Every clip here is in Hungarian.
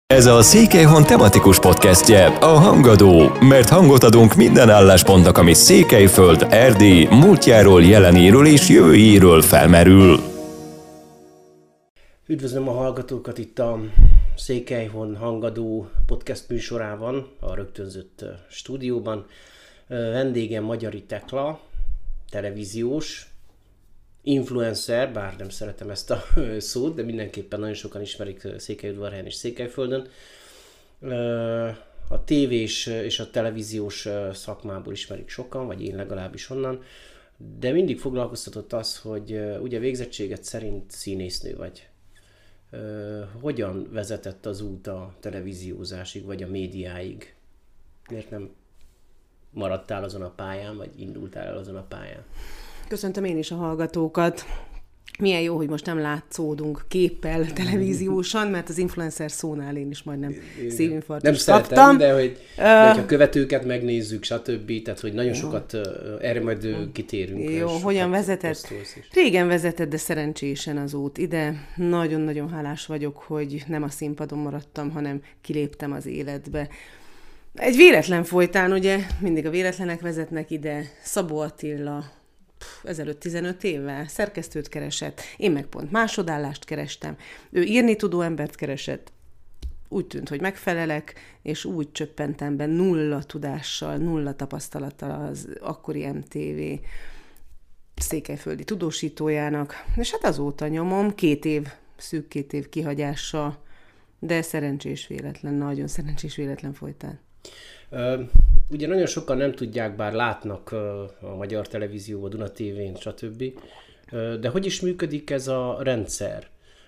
Ez a Székelyhon tematikus podcastje, a Hangadó, mert hangot adunk minden álláspontnak, ami Székelyföld, Erdély, múltjáról, jelenéről és jövőjéről felmerül. Üdvözlöm a hallgatókat itt a Székelyhon Hangadó podcast műsorában, a rögtönzött stúdióban. Vendégem Magyari Tekla, televíziós, influencer, bár nem szeretem ezt a szót, de mindenképpen nagyon sokan ismerik Székelyudvarhelyen és Székelyföldön. A tévés és a televíziós szakmából ismerik sokan, vagy én legalábbis onnan, de mindig foglalkoztatott az, hogy ugye végzettséget szerint színésznő vagy. Hogyan vezetett az út a televíziózásig, vagy a médiáig? Miért nem maradtál azon a pályán, vagy indultál el azon a pályán? Köszöntöm én is a hallgatókat. Milyen jó, hogy most nem látszódunk képpel televíziósan, mert az influencer szónál én is majdnem szívinfarktust kaptam. Nem szeretem, de hogy a követőket megnézzük, stb. Tehát, hogy nagyon sokat erre majd kitérünk. Jó, hogyan vezetett? Régen vezetett, de szerencsésen az út ide. Nagyon-nagyon hálás vagyok, hogy nem a színpadon maradtam, hanem kiléptem az életbe. Egy véletlen folytán, ugye, mindig a véletlenek vezetnek ide. Szabó Attila ezelőtt 15 évvel szerkesztőt keresett, én meg pont másodállást kerestem. Ő írni tudó embert keresett, úgy tűnt, hogy megfelelek, és úgy csöppentem be nulla tudással, nulla tapasztalattal az akkori MTV székelyföldi tudósítójának, és hát azóta nyomom, szűk két év kihagyással, de szerencsés véletlen, nagyon szerencsés véletlen folytán. Ugye nagyon sokan nem tudják, bár látnak a magyar televízió, a Duna TV-n, stb. De hogy is működik ez a rendszer?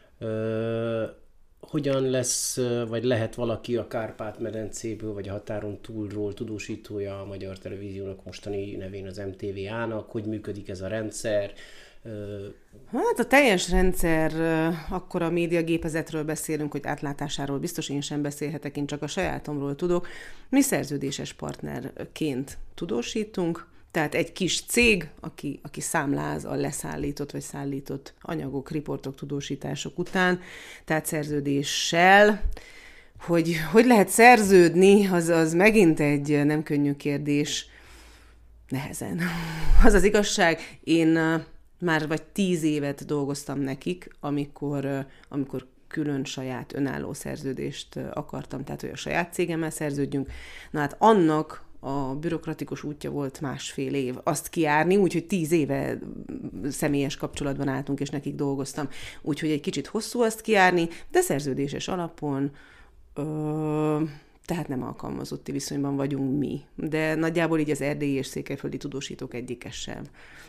Hogyan lesz, vagy lehet valaki a Kárpát-medencéből, vagy a határon túlról tudósítója a magyar televíziónak, mostani nevén az MTV-ának? Hogy működik ez a rendszer? Hát a teljes rendszer, akkor a médiagépezetről beszélünk, hogy átlátásáról biztos én sem beszélhetek, én csak a sajátomról tudok. Mi szerződéses partnerként tudósítunk, tehát egy kis cég, aki számláz a leszállított vagy szállított anyagok, riportok, tudósítások után, tehát szerződéssel. Hogy lehet szerződni, az megint egy nem könnyű kérdés, nehezen. Az az igazság, én már vagy 10 évet dolgoztam nekik, amikor külön saját önálló szerződést akartam, tehát hogy a saját cégemmel szerződjünk. Na hát annak a bürokratikus útja volt 1,5 év azt kijárni, úgyhogy 10 éve személyes kapcsolatban álltunk, és nekik dolgoztam. Úgyhogy egy kicsit hosszú azt kijárni, de szerződéses alapon, tehát nem alkalmazotti viszonyban vagyunk mi. De nagyjából így az erdélyi és székelyföldi tudósítók egyike sem.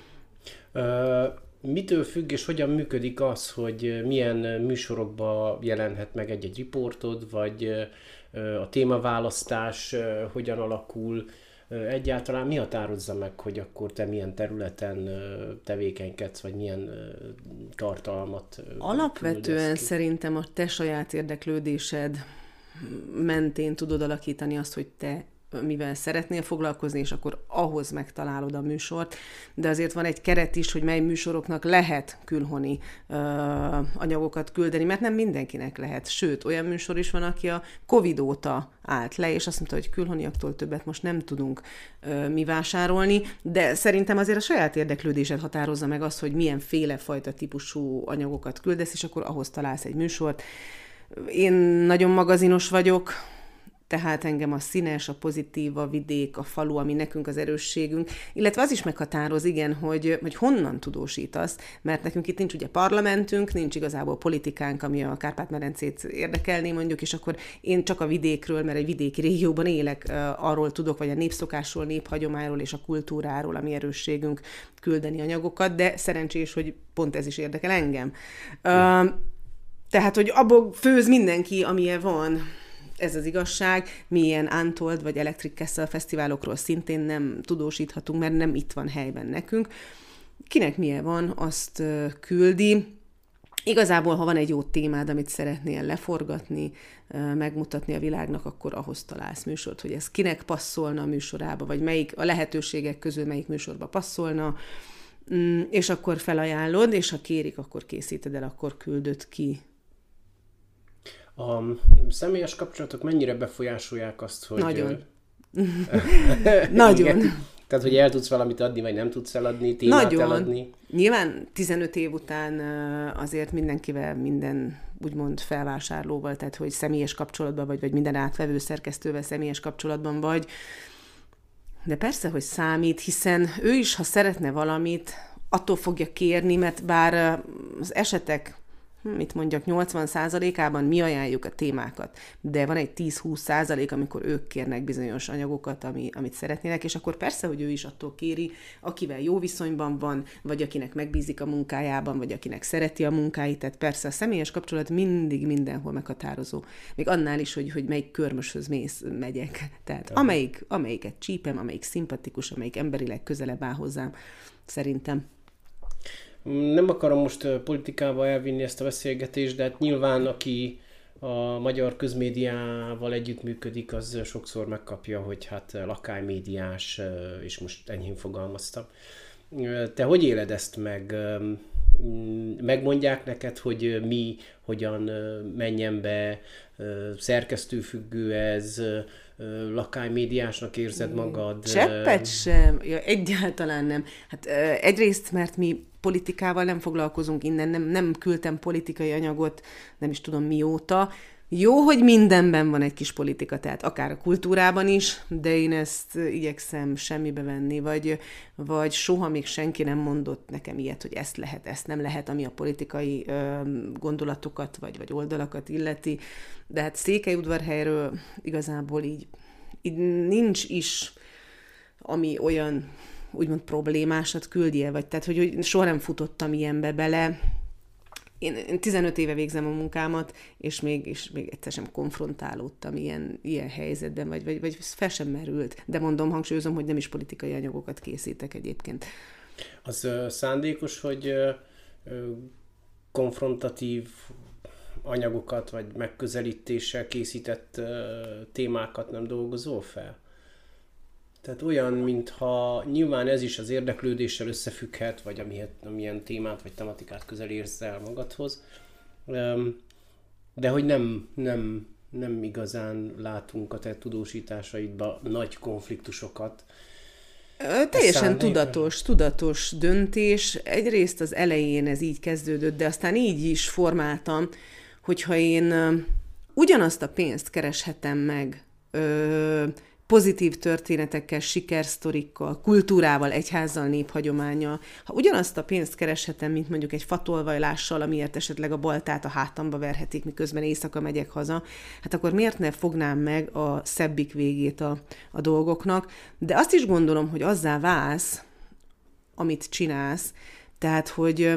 Mitől függ és hogyan működik az, hogy milyen műsorokba jelenhet meg egy riportod, vagy a témaválasztás hogyan alakul? Egyáltalán mi határozza meg, hogy akkor te milyen területen tevékenykedsz, vagy milyen tartalmat alapvetően szerintem a te saját érdeklődésed mentén tudod alakítani azt, hogy te mivel szeretnél foglalkozni, és akkor ahhoz megtalálod a műsort. De azért van egy keret is, hogy mely műsoroknak lehet külhoni anyagokat küldeni, mert nem mindenkinek lehet. Sőt, olyan műsor is van, aki a Covid óta állt le, és azt mondta, hogy külhoniaktól többet most nem tudunk mi vásárolni, de szerintem azért a saját érdeklődésed határozza meg azt, hogy milyen fajta típusú anyagokat küldesz, és akkor ahhoz találsz egy műsort. Én nagyon magazinos vagyok, tehát engem a színes, a pozitív, a vidék, a falu, ami nekünk az erősségünk, illetve az is meghatároz, igen, hogy honnan tudósítasz, mert nekünk itt nincs ugye parlamentünk, nincs igazából politikánk, ami a Kárpát-medencét érdekelné mondjuk, és akkor én csak a vidékről, mert egy vidéki régióban élek, arról tudok, vagy a népszokásról, néphagyományról és a kultúráról, ami erősségünk, küldeni anyagokat, de szerencsés, hogy pont ez is érdekel engem. Tehát, hogy abból főz mindenki, amilyen van. Ez az igazság, mi ilyen Untold vagy Electric Castle fesztiválokról szintén nem tudósíthatunk, mert nem itt van helyben nekünk. Kinek milyen van, azt küldi. Igazából, ha van egy jó témád, amit szeretnél leforgatni, megmutatni a világnak, akkor ahhoz találsz műsort, hogy ez kinek passzolna a műsorába, vagy melyik a lehetőségek közül melyik műsorba passzolna, és akkor felajánlod, és ha kérik, akkor készíted el, akkor küldöd ki. A személyes kapcsolatok mennyire befolyásolják azt, hogy... Nagyon. Nagyon. Tehát, hogy el tudsz valamit adni, vagy nem tudsz eladni, témát Nagyon. eladni? Nyilván 15 év után azért mindenkivel, minden úgymond felvásárlóval, tehát hogy személyes kapcsolatban vagy minden átvevő szerkesztővel személyes kapcsolatban vagy. De persze, hogy számít, hiszen ő is, ha szeretne valamit, attól fogja kérni, mert bár az esetek, mit mondjak, 80%-ában mi ajánljuk a témákat, de van egy 10-20%, amikor ők kérnek bizonyos anyagokat, amit szeretnének, és akkor persze, hogy ő is attól kéri, akivel jó viszonyban van, vagy akinek megbízik a munkájában, vagy akinek szereti a munkáit, tehát persze a személyes kapcsolat mindig mindenhol meghatározó. Még annál is, hogy melyik körmöshöz megyek. Tehát amelyiket csípem, amelyik szimpatikus, amelyik emberileg közelebb áll hozzám, szerintem. Nem akarom most politikába elvinni ezt a beszélgetést, de hát nyilván aki a magyar közmédiával együttműködik, az sokszor megkapja, hogy hát lakánymédiás, és most enyhén fogalmaztam. Te hogy éled ezt meg? Megmondják neked, hogy mi, hogyan menjen be, szerkesztőfüggő ez, lakánymédiásnak érzed magad? Cseppet sem, ja, egyáltalán nem. Hát egyrészt, mert mi politikával nem foglalkozunk innen, nem küldtem politikai anyagot, nem is tudom mióta. Jó, hogy mindenben van egy kis politika, tehát akár a kultúrában is, de én ezt igyekszem semmibe venni, vagy soha még senki nem mondott nekem ilyet, hogy ezt lehet, ezt nem lehet, ami a politikai gondolatokat vagy oldalakat illeti. De hát Székelyudvarhelyről igazából így nincs is, ami olyan úgymond problémásat küldjél, vagy tehát, hogy soha nem futottam ilyenbe bele. Én 15 éve végzem a munkámat, és még egyszer sem konfrontálódtam ilyen helyzetben, vagy fel sem merült. De mondom, hangsúlyozom, hogy nem is politikai anyagokat készítek egyébként. Az szándékos, hogy konfrontatív anyagokat, vagy megközelítéssel készített témákat nem dolgozol fel? Tehát olyan, mintha nyilván ez is az érdeklődéssel összefügghet, vagy amilyen témát vagy tematikát közel érzel magadhoz, de hogy nem igazán látunk a te tudósításaidban nagy konfliktusokat. Teljesen tudatos döntés. Egyrészt az elején ez így kezdődött, de aztán így is formáltam, hogyha én ugyanazt a pénzt kereshetem meg pozitív történetekkel, sikersztorikkal, kultúrával, egyházzal, néphagyománnyal. Ha ugyanazt a pénzt kereshetem, mint mondjuk egy fatolvajlással, amiért esetleg a baltát a hátamba verhetik, miközben éjszaka megyek haza, hát akkor miért ne fognám meg a szebbik végét a dolgoknak? De azt is gondolom, hogy azzá válsz, amit csinálsz. Tehát, hogy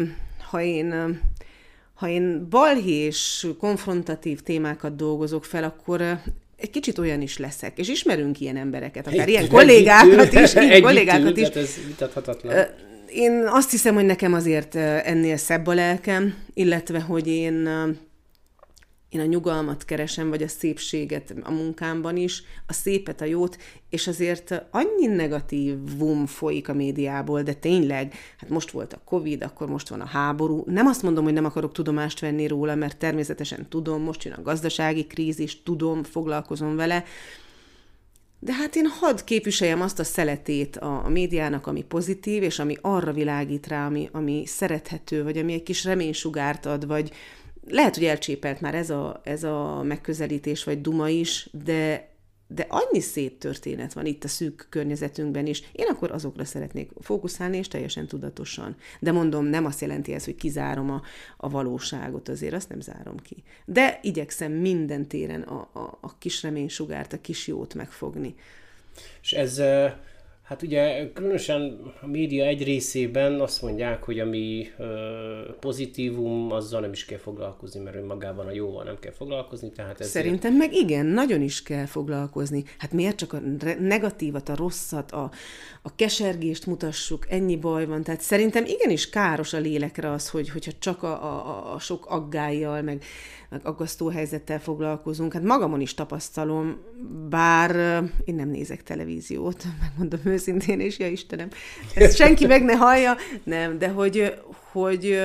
ha én balhés, konfrontatív témákat dolgozok fel, akkor egy kicsit olyan is leszek. És ismerünk ilyen embereket, akár ilyen kollégákat is. Ez vitathatatlan. Én azt hiszem, hogy nekem azért ennél szebb a lelkem, illetve, hogy én a nyugalmat keresem, vagy a szépséget a munkámban is, a szépet, a jót, és azért annyi negatívum folyik a médiából, de tényleg, hát most volt a Covid, akkor most van a háború. Nem azt mondom, hogy nem akarok tudomást venni róla, mert természetesen tudom, most jön a gazdasági krízis, tudom, foglalkozom vele, de hát én hadd képviseljem azt a szeletét a médiának, ami pozitív, és ami arra világít rá, ami szerethető, vagy ami egy kis reménysugárt ad, vagy lehet, hogy elcsépelt már ez a megközelítés, vagy duma is, de annyi szép történet van itt a szűk környezetünkben is. Én akkor azokra szeretnék fókuszálni, és teljesen tudatosan. De mondom, nem azt jelenti ez, hogy kizárom a valóságot, azért azt nem zárom ki. De igyekszem minden téren a kis reménysugárt, a kis jót megfogni. És ez... Hát ugye különösen a média egy részében azt mondják, hogy ami pozitívum, azzal nem is kell foglalkozni, mert önmagában a jóval nem kell foglalkozni. Tehát ezért... Szerintem meg igen, nagyon is kell foglalkozni. Hát miért csak a negatívat, a rosszat, a kesergést mutassuk, ennyi baj van. Tehát szerintem igenis káros a lélekre az, hogyha csak a sok aggályjal, meg aggasztó helyzettel foglalkozunk. Hát magamon is tapasztalom, bár én nem nézek televíziót, megmondom őszintén, és ja Istenem, ezt senki meg ne hallja, nem, de hogy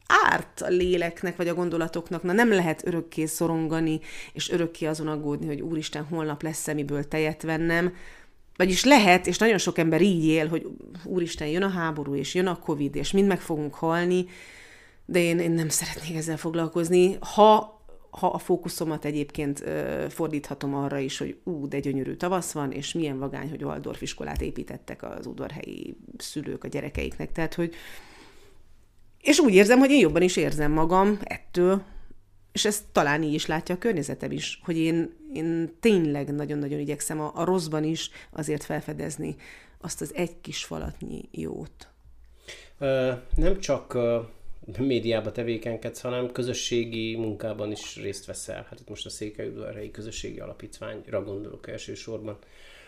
árt a léleknek, vagy a gondolatoknak. Na nem lehet örökké szorongani, és örökké azon aggódni, hogy úristen, holnap lesz-e miből tejet vennem. Vagyis lehet, és nagyon sok ember így él, hogy úristen, jön a háború, és jön a Covid, és mind meg fogunk halni, de én nem szeretnék ezzel foglalkozni. Ha a fókuszomat egyébként fordíthatom arra is, hogy de gyönyörű tavasz van, és milyen vagány, hogy Waldorf iskolát építettek az udvarhelyi szülők a gyerekeiknek. Tehát, hogy és úgy érzem, hogy én jobban is érzem magam ettől, és ezt talán így is látja a környezetem is, hogy én tényleg nagyon-nagyon igyekszem a rosszban is azért felfedezni azt az egy kis falatnyi jót. Nem csak médiában tevékenykedsz, hanem közösségi munkában is részt veszel. Hát itt most a Székelyudvarhelyi Közösségi Alapítványra gondolok elsősorban.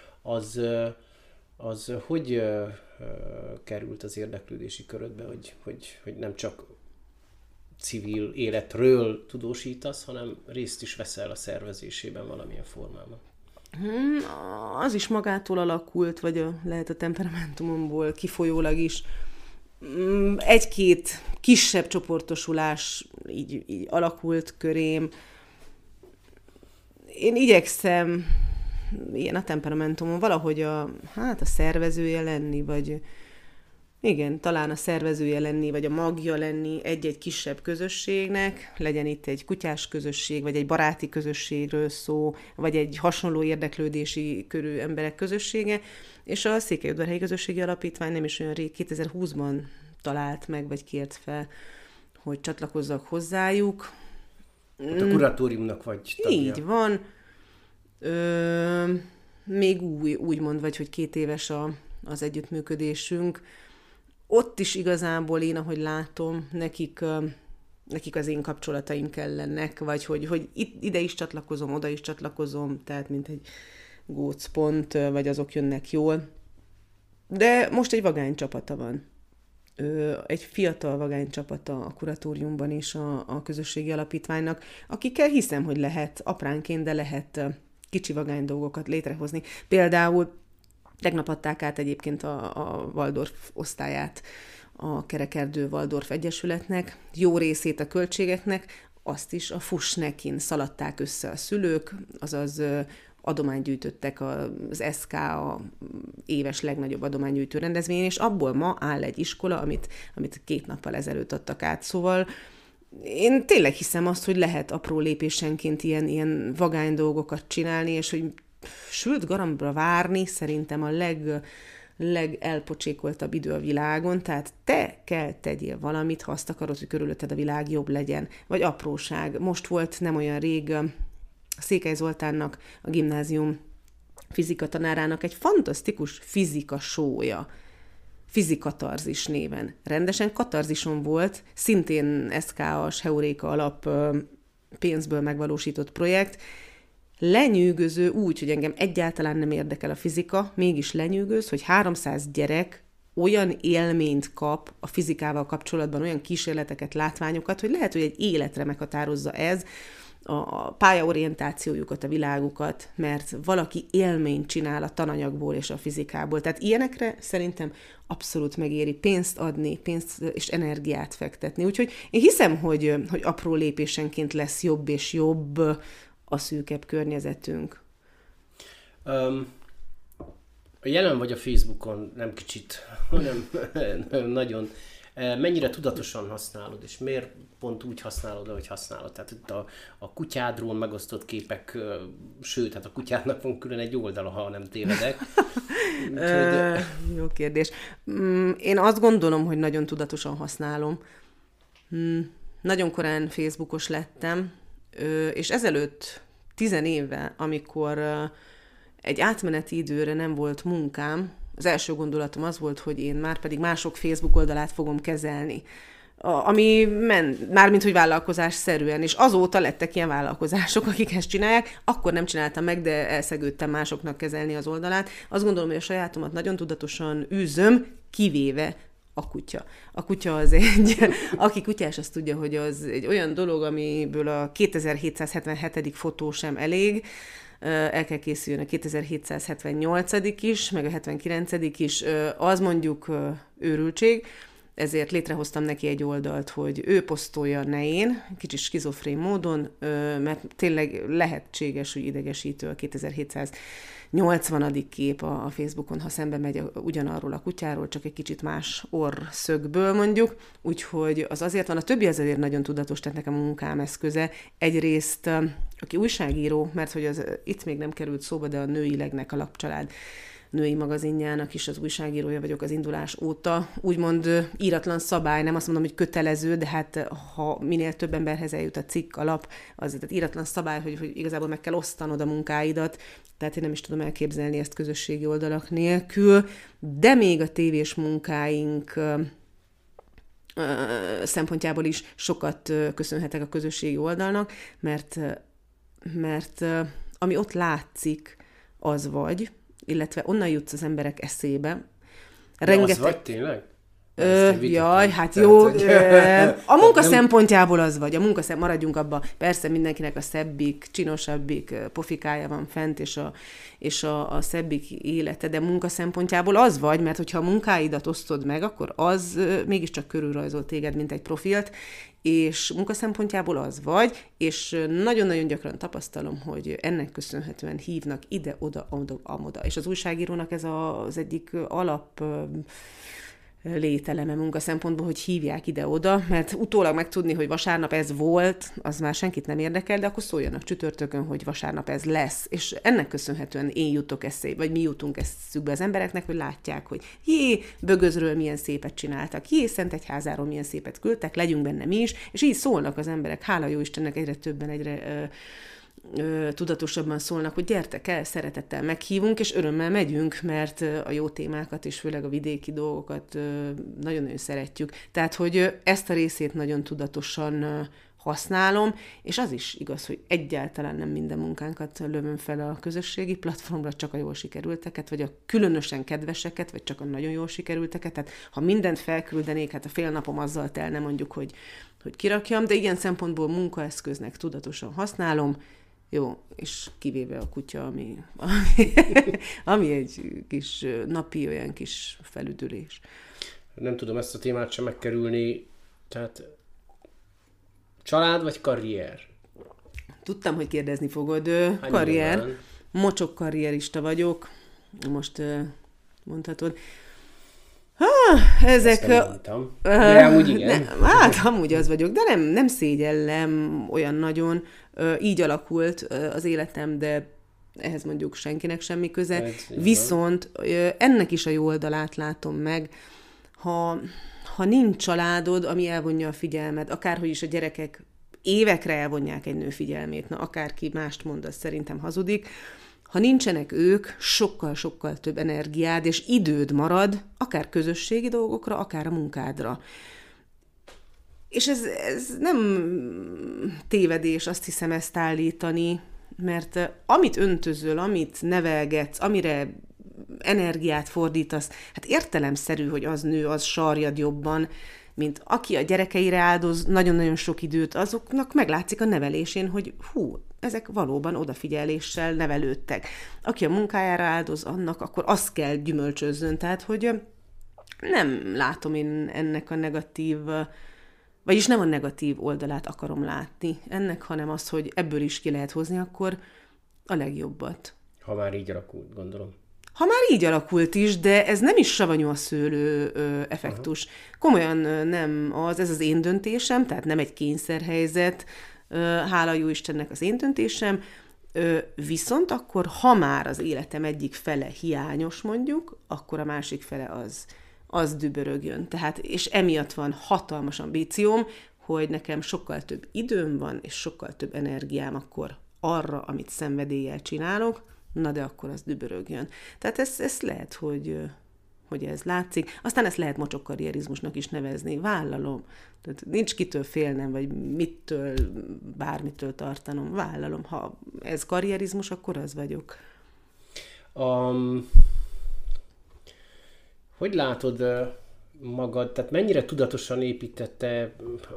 Az hogy került az érdeklődési körödbe, hogy nem csak civil életről tudósítasz, hanem részt is veszel a szervezésében valamilyen formában? Az is magától alakult, vagy lehet a temperamentumomból kifolyólag is. Egy-két kisebb csoportosulás így alakult körém. Én igyekszem ilyen a temperamentumon valahogy a szervezője lenni, vagy igen, talán a szervezője lenni, vagy a magja lenni egy-egy kisebb közösségnek, legyen itt egy kutyás közösség, vagy egy baráti közösségről szó, vagy egy hasonló érdeklődési körű emberek közössége, és a Székelyudvarhelyi Közösségi Alapítvány nem is olyan rég, 2020-ban talált meg, vagy kért fel, hogy csatlakozzak hozzájuk. A kuratóriumnak vagy tagja. Így van. Még úgymond, vagy hogy 2 éves az együttműködésünk. Ott is igazából én, ahogy látom, nekik az én kapcsolataim kellenek, vagy hogy ide is csatlakozom, oda is csatlakozom, tehát mint egy gócpont, vagy azok jönnek jól. De most egy vagány csapata van. Egy fiatal vagány csapata a kuratóriumban is a közösségi alapítványnak, akikkel hiszem, hogy lehet apránként, de lehet kicsi vagány dolgokat létrehozni. Például tegnap adták át egyébként a Waldorf osztályát a Kerekerdő Waldorf Egyesületnek, jó részét a költségeknek, azt is a Fussnekin szaladták össze a szülők, azaz adományt gyűjtöttek az SK, a éves legnagyobb adománygyűjtő rendezvényen, és abból ma áll egy iskola, amit 2 nappal ezelőtt adtak át. Szóval én tényleg hiszem azt, hogy lehet apró lépésenként ilyen vagány dolgokat csinálni, és hogy sült garambra várni szerintem a legelpocsékoltabb idő a világon, tehát te kell tegyél valamit, ha azt akarod, hogy körülötted a világ jobb legyen. Vagy apróság. Most volt nem olyan rég Székely Zoltánnak, a gimnázium fizikatanárának egy fantasztikus fizika show-ja. Fizikatarzis néven. Rendesen katarzison volt, szintén SK-as Heuréka alap pénzből megvalósított projekt. Lenyűgöző úgy, hogy engem egyáltalán nem érdekel a fizika, mégis lenyűgöz, hogy 300 gyerek olyan élményt kap a fizikával kapcsolatban, olyan kísérleteket, látványokat, hogy lehet, hogy egy életre meghatározza ez a pályaorientációjukat, a világukat, mert valaki élményt csinál a tananyagból és a fizikából. Tehát ilyenekre szerintem abszolút megéri pénzt adni, pénzt és energiát fektetni. Úgyhogy én hiszem, hogy apró lépésenként lesz jobb és jobb a szűkebb környezetünk. Jelen vagy a Facebookon, nem kicsit, hanem nagyon. Mennyire tudatosan használod, és miért pont úgy használod, ahogy használod? Tehát itt a kutyádról megosztott képek, sőt, hát a kutyádnak van külön egy oldala, ha nem tévedek. Jó kérdés. Én azt gondolom, hogy nagyon tudatosan használom. Nagyon korán Facebookos lettem, és ezelőtt 10 évvel, amikor egy átmeneti időre nem volt munkám, az első gondolatom az volt, hogy én már pedig mások Facebook oldalát fogom kezelni. Ami mármint, hogy vállalkozásszerűen, és azóta lettek ilyen vállalkozások, akik ezt csinálják, akkor nem csináltam meg, de elszegődtem másoknak kezelni az oldalát. Azt gondolom, hogy a sajátomat nagyon tudatosan űzöm, kivéve a kutya. A kutya az aki kutyás, azt tudja, hogy az egy olyan dolog, amiből a 2777. fotó sem elég, el kell készüljön a 2778. is, meg a 79. is, az mondjuk őrültség. ezért létrehoztam neki egy oldalt, hogy ő posztolja, ne én, kicsit skizofrén módon, mert tényleg lehetséges, hogy idegesítő a 2780. kép a Facebookon, ha szembe megy ugyanarról a kutyáról, csak egy kicsit más orrszögből mondjuk, úgyhogy az azért van, a többi azért nagyon tudatos, tehát nekem a munkám eszköze. Egyrészt, aki újságíró, mert hogy itt még nem került szóba, de a Nőilegnek, a Lapcsalád női magazinjának is az újságírója vagyok az indulás óta. Úgymond íratlan szabály, nem azt mondom, hogy kötelező, de hát ha minél több emberhez eljut a cikk, a lap, az tehát íratlan szabály, hogy igazából meg kell osztanod a munkáidat, tehát én nem is tudom elképzelni ezt közösségi oldalak nélkül, de még a tévés munkáink szempontjából is sokat köszönhetek a közösségi oldalnak, mert ami ott látszik, az vagy, illetve onnan jutsz az emberek eszébe. Rengeteg... Az vagy tényleg? Jaj, hát jó. A munka szempontjából az vagy. Maradjunk abba. Persze mindenkinek a szebbik, csinosabbik pofikája van fent, és a szebbik élete, de munka szempontjából az vagy, mert hogyha a munkáidat osztod meg, akkor az mégiscsak körülrajzol téged, mint egy profilt, és munka szempontjából az vagy, és nagyon-nagyon gyakran tapasztalom, hogy ennek köszönhetően hívnak ide-oda, amoda. És az újságírónak ez az egyik alap lételeme munka szempontból, hogy hívják ide-oda, mert utólag megtudni, hogy vasárnap ez volt, az már senkit nem érdekel, de akkor szóljanak csütörtökön, hogy vasárnap ez lesz. És ennek köszönhetően én jutok eszébe, vagy mi jutunk eszükbe az embereknek, hogy látják, hogy jé, Bögözről milyen szépet csináltak, jé, Szentegyházáról milyen szépet küldtek, legyünk benne mi is, és így szólnak az emberek, hála jó Istennek, egyre többen, egyre tudatosabban szólnak, hogy gyertek el, szeretettel meghívunk, és örömmel megyünk, mert a jó témákat, és főleg a vidéki dolgokat nagyon-nagyon szeretjük. Tehát, hogy ezt a részét nagyon tudatosan használom, és az is igaz, hogy egyáltalán nem minden munkánkat lövöm fel a közösségi platformra, csak a jól sikerülteket, vagy a különösen kedveseket, vagy csak a nagyon jól sikerülteket. Tehát ha mindent felküldenék, hát a fél napom azzal telne mondjuk, hogy kirakjam, de ilyen szempontból munkaeszköznek tudatosan használom. Jó, és kivéve a kutya, ami egy kis napi olyan kis felüdülés. Nem tudom ezt a témát sem megkerülni, tehát család vagy karrier? Tudtam, hogy kérdezni fogod. Karrier. Mocsok karrierista vagyok. Most mondhatod. Ezek... Ezt nem mondtam. De amúgy igen. Hát amúgy az vagyok, de nem szégyellem olyan nagyon. Így alakult az életem, de ehhez mondjuk senkinek semmi köze. Viszont ennek is a jó oldalát látom meg, ha nincs családod, ami elvonja a figyelmed, akárhogy is a gyerekek évekre elvonják egy nő figyelmét, na akárki mást mond, az szerintem hazudik. Ha nincsenek ők, sokkal-sokkal több energiád és időd marad, akár közösségi dolgokra, akár a munkádra. És ez nem tévedés, azt hiszem, ezt állítani, mert amit öntözöl, amit nevelgetsz, amire energiát fordítasz, hát értelemszerű, hogy az nő, az sarjad jobban, mint aki a gyerekeire áldoz nagyon-nagyon sok időt, azoknak meglátszik a nevelésén, hogy ezek valóban odafigyeléssel nevelődtek. Aki a munkájára áldoz, annak akkor azt kell gyümölcsözzön. Tehát, hogy nem látom én ennek a negatív, vagyis nem a negatív oldalát akarom látni ennek, hanem az, hogy ebből is ki lehet hozni akkor a legjobbat. Ha már így alakult, gondolom. Ha már így alakult is, de ez nem is savanyú a szőlő effektus. Aha. Komolyan nem az, ez az én döntésem, tehát nem egy kényszerhelyzet, hála jó Istennek az én döntésem, viszont akkor, ha már az életem egyik fele hiányos mondjuk, akkor a másik fele az dübörögjön. Tehát, és emiatt van hatalmas ambícióm, hogy nekem sokkal több időm van, és sokkal több energiám akkor arra, amit szenvedéllyel csinálok, na de akkor az dübörögjön. Tehát ez lehet, hogy ez látszik. Aztán ezt lehet mocsokkarrierizmusnak is nevezni. Vállalom. Tehát nincs kitől félnem, vagy mittől, bármitől tartanom. Vállalom. Ha ez karrierizmus, akkor az vagyok. Hogy látod magad, tehát mennyire tudatosan építette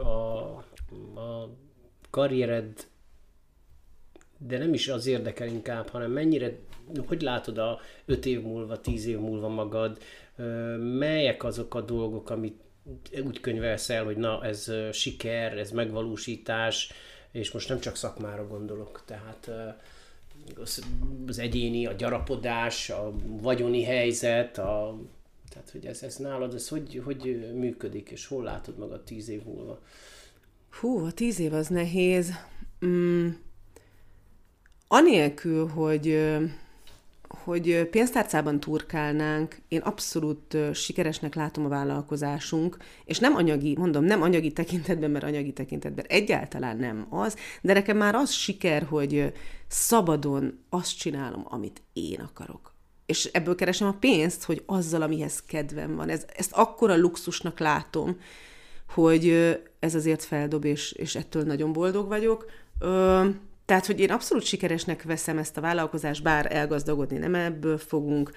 a karriered, de nem is az érdekel inkább, hanem mennyire, hogy látod a 5 év múlva, 10 év múlva magad, melyek azok a dolgok, amit úgy könyvelsz el, hogy na, ez siker, ez megvalósítás, és most nem csak szakmára gondolok, tehát az egyéni, a gyarapodás, a vagyoni helyzet, tehát hogy ez nálad, ez hogy működik, és hol látod magad 10 év múlva? Hú, a 10 év az nehéz. Anélkül, hogy pénztárcában turkálnánk, én abszolút sikeresnek látom a vállalkozásunk, és nem anyagi tekintetben, mert anyagi tekintetben egyáltalán nem az, de nekem már az siker, hogy szabadon azt csinálom, amit én akarok. És ebből keresem a pénzt, hogy azzal, amihez kedvem van. Ezt akkora luxusnak látom, hogy ez azért feldob, és ettől nagyon boldog vagyok. Tehát, hogy én abszolút sikeresnek veszem ezt a vállalkozást, bár elgazdagodni nem ebből fogunk.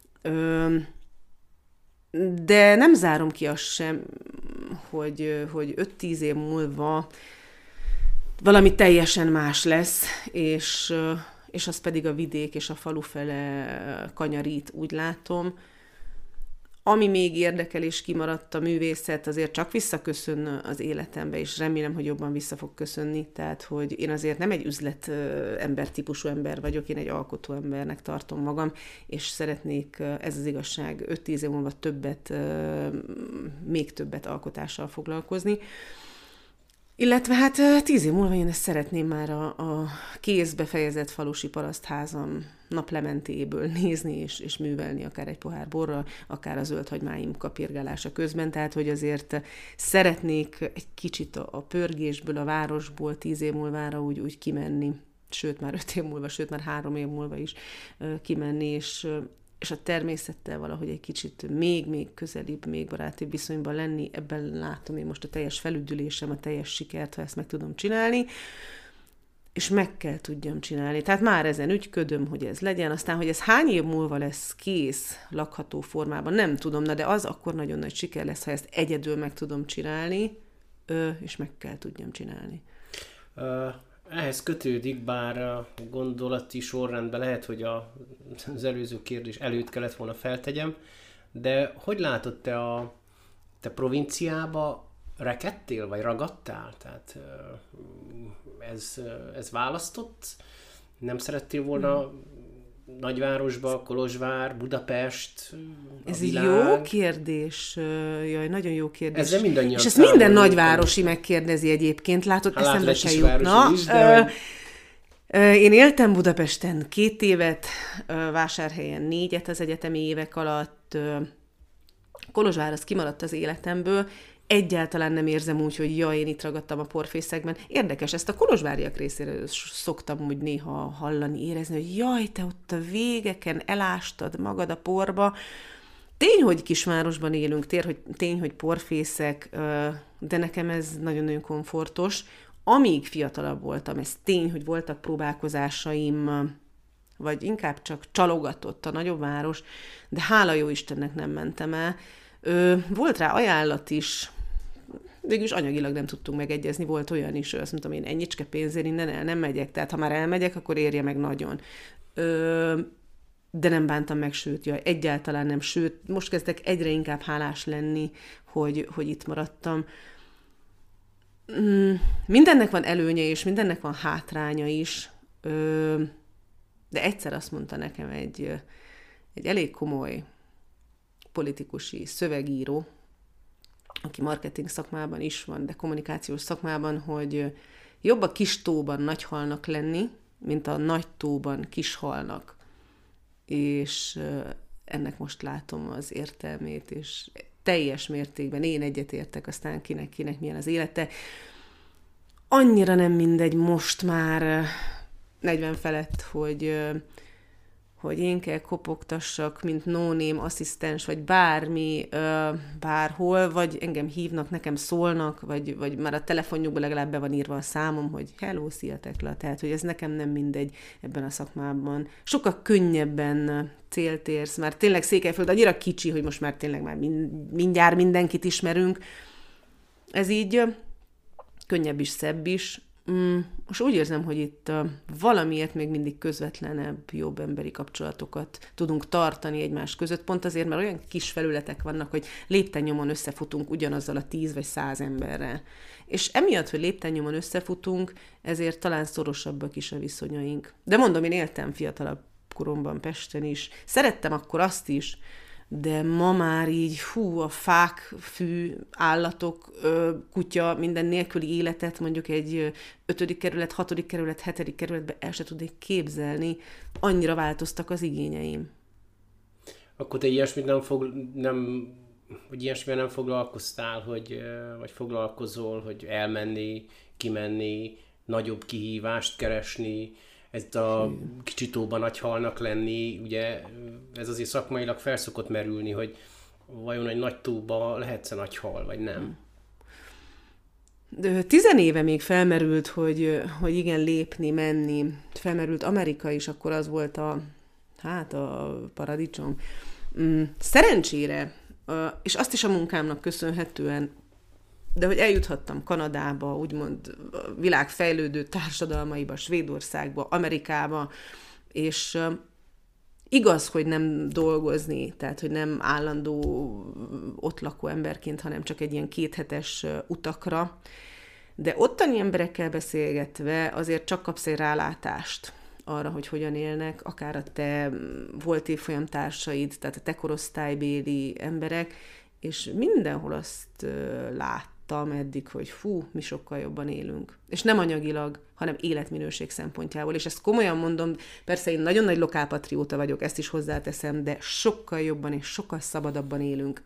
De nem zárom ki azt sem, hogy 5-10 év múlva valami teljesen más lesz, és az pedig a vidék és a falu fele kanyarít, úgy látom. Ami még érdekel és kimaradt, a művészet, azért csak visszaköszön az életembe, és remélem, hogy jobban vissza fog köszönni. Tehát, hogy én azért nem egy üzletember típusú ember vagyok, én egy alkotó embernek tartom magam, és szeretnék, ez az igazság, 5-10 év múlva még többet alkotással foglalkozni. Illetve hát 10 év múlva én ezt szeretném már a kézbe fejezett falusi parasztházam naplementéből nézni és művelni, akár egy pohár borral, akár a zöldhagymáim kapirgálása közben, tehát hogy azért szeretnék egy kicsit a pörgésből, a városból 10 év múlvára úgy kimenni, sőt már 5 év múlva, sőt már 3 év múlva is kimenni, és a természettel valahogy egy kicsit még közelibb, még barátibb viszonyban lenni, ebben látom én most a teljes felüdülésem, a teljes sikert, ha ezt meg tudom csinálni, és meg kell tudjam csinálni. Tehát már ezen ügyködöm, hogy ez legyen, aztán, hogy ez hány év múlva lesz kész, lakható formában, nem tudom, de az akkor nagyon nagy siker lesz, ha ezt egyedül meg tudom csinálni, és meg kell tudjam csinálni. Ehhez kötődik, bár a gondolati sorrendben lehet, hogy az előző kérdés előtt kellett volna feltegyem, de hogy látod te provinciába rekedtél, vagy ragadtál? Tehát ez választott? Nem szerettél volna nagyvárosba, Kolozsvár, Budapest, ez jó kérdés. Jaj, nagyon jó kérdés. Ezzel mindannyian. És ezt minden nagyvárosi megkérdezi egyébként. Látod, eszembe se jutna. Én éltem Budapesten 2 évet, Vásárhelyen 4-et az egyetemi évek alatt. Kolozsvár az kimaradt az életemből. Egyáltalán nem érzem úgy, hogy jaj, én itt ragadtam a porfészekben. Érdekes, ezt a kolozsváriak részéről szoktam úgy néha hallani, érezni, hogy jaj, te ott a végeken elástad magad a porba. Tény, hogy kisvárosban élünk, tény, hogy porfészek, de nekem ez nagyon-nagyon komfortos. Amíg fiatalabb voltam, ez tény, hogy voltak próbálkozásaim, vagy inkább csak csalogatott a nagyobb város, de hála jó Istennek nem mentem el. Volt rá ajánlat is, végülis anyagilag nem tudtunk megegyezni, volt olyan is, azt mondtam, én ennyicske pénzért innen el nem megyek, tehát ha már elmegyek, akkor érje meg nagyon. De nem bántam meg, sőt, jaj, egyáltalán nem, sőt, most kezdek egyre inkább hálás lenni, hogy itt maradtam. Mindennek van előnye, és mindennek van hátránya is, de egyszer azt mondta nekem egy elég komoly politikusi szövegíró, aki marketing szakmában is van, de kommunikációs szakmában, hogy jobb a kis tóban nagy halnak lenni, mint a nagy tóban kis halnak. És ennek most látom az értelmét, és teljes mértékben én egyetértek, aztán kinek milyen az élete. Annyira nem mindegy most már 40 felett, hogy én kell kopogtassak, mint no-name asszisztens, vagy bármi, bárhol, vagy engem hívnak, nekem szólnak, vagy már a telefonjukban legalább be van írva a számom, hogy hello, szia Tekla, tehát, hogy ez nekem nem mindegy ebben a szakmában. Sokkal könnyebben célt érsz, már tényleg Székelyföld annyira kicsi, hogy most már tényleg már mindjárt mindenkit ismerünk. Ez így könnyebb is, szebb is, Most úgy érzem, hogy itt valamiért még mindig közvetlenebb, jobb emberi kapcsolatokat tudunk tartani egymás között, pont azért, mert olyan kis felületek vannak, hogy léptennyomon összefutunk ugyanazzal a 10 vagy 100 emberrel. És emiatt, hogy léptennyomon összefutunk, ezért talán szorosabbak is a viszonyaink. De mondom, én éltem fiatalabb koromban Pesten is. Szerettem akkor azt is, de ma már így, a fák, fű, állatok, kutya, minden nélküli életet mondjuk egy 5. kerület, 6. kerület, 7. kerületbe el se tudnék képzelni, annyira változtak az igényeim. Akkor te ilyesmivel nem foglalkoztál, vagy foglalkozol, hogy elmenni, kimenni, nagyobb kihívást keresni, ezt a kicsi tóban nagy halnak lenni, ugye ez azért szakmailag felszokott merülni, hogy vajon egy nagy tóba lehetsz-e nagy hal, vagy nem? 10 éve még felmerült, hogy igen, lépni, menni. Felmerült Amerika is, akkor az volt a paradicsom. Szerencsére, és azt is a munkámnak köszönhetően, de hogy eljuthattam Kanadába, úgymond világ fejlődő társadalmaiba, Svédországba, Amerikába, és igaz, hogy nem dolgozni, tehát, hogy nem állandó ott lakó emberként, hanem csak egy ilyen 2 hetes utakra, de ottani emberekkel beszélgetve azért csak kapsz egy rálátást arra, hogy hogyan élnek, akár a te volt évfolyam társaid, tehát a te korosztálybéli emberek, és mindenhol azt láttam eddig, hogy mi sokkal jobban élünk. És nem anyagilag, hanem életminőség szempontjából. És ezt komolyan mondom, persze én nagyon nagy lokálpatrióta vagyok, ezt is hozzáteszem, de sokkal jobban és sokkal szabadabban élünk.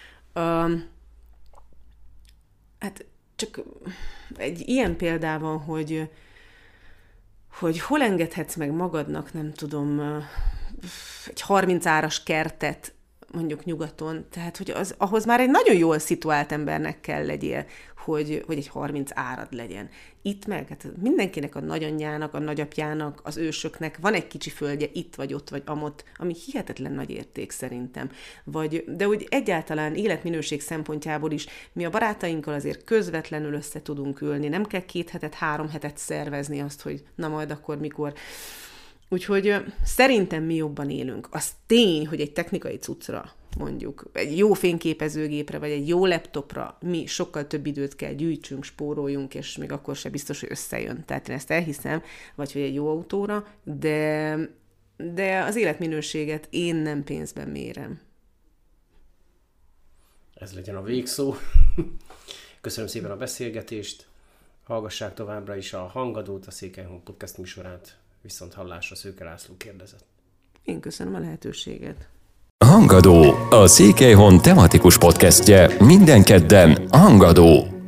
Hát csak egy ilyen példával, hogy hol engedhetsz meg magadnak, nem tudom, egy 30 áras kertet, mondjuk nyugaton, tehát hogy ahhoz már egy nagyon jól szituált embernek kell legyél, hogy egy 30 árad legyen. Itt meg, hát mindenkinek, a nagyanyjának, a nagyapjának, az ősöknek van egy kicsi földje itt vagy ott vagy amott, ami hihetetlen nagy érték szerintem. De úgy egyáltalán életminőség szempontjából is mi a barátainkkal azért közvetlenül össze tudunk ülni, nem kell 2 hetet, 3 hetet szervezni azt, hogy na majd akkor mikor. Úgyhogy szerintem mi jobban élünk. Az tény, hogy egy technikai cuccra, mondjuk egy jó fényképezőgépre, vagy egy jó laptopra mi sokkal több időt kell gyűjtsünk, spóroljunk, és még akkor sem biztos, hogy összejön. Tehát én ezt elhiszem, vagy hogy egy jó autóra, de az életminőséget én nem pénzben mérem. Ez legyen a végszó. Köszönöm szépen a beszélgetést. Hallgassák továbbra is a Hangadót, a Székelyhon Podcast műsorát. Viszont hallásra, Szőke László kérdezett. Én köszönöm a lehetőséget. Hangadó, a Székelyhon tematikus podcastje minden kedden Hangadó.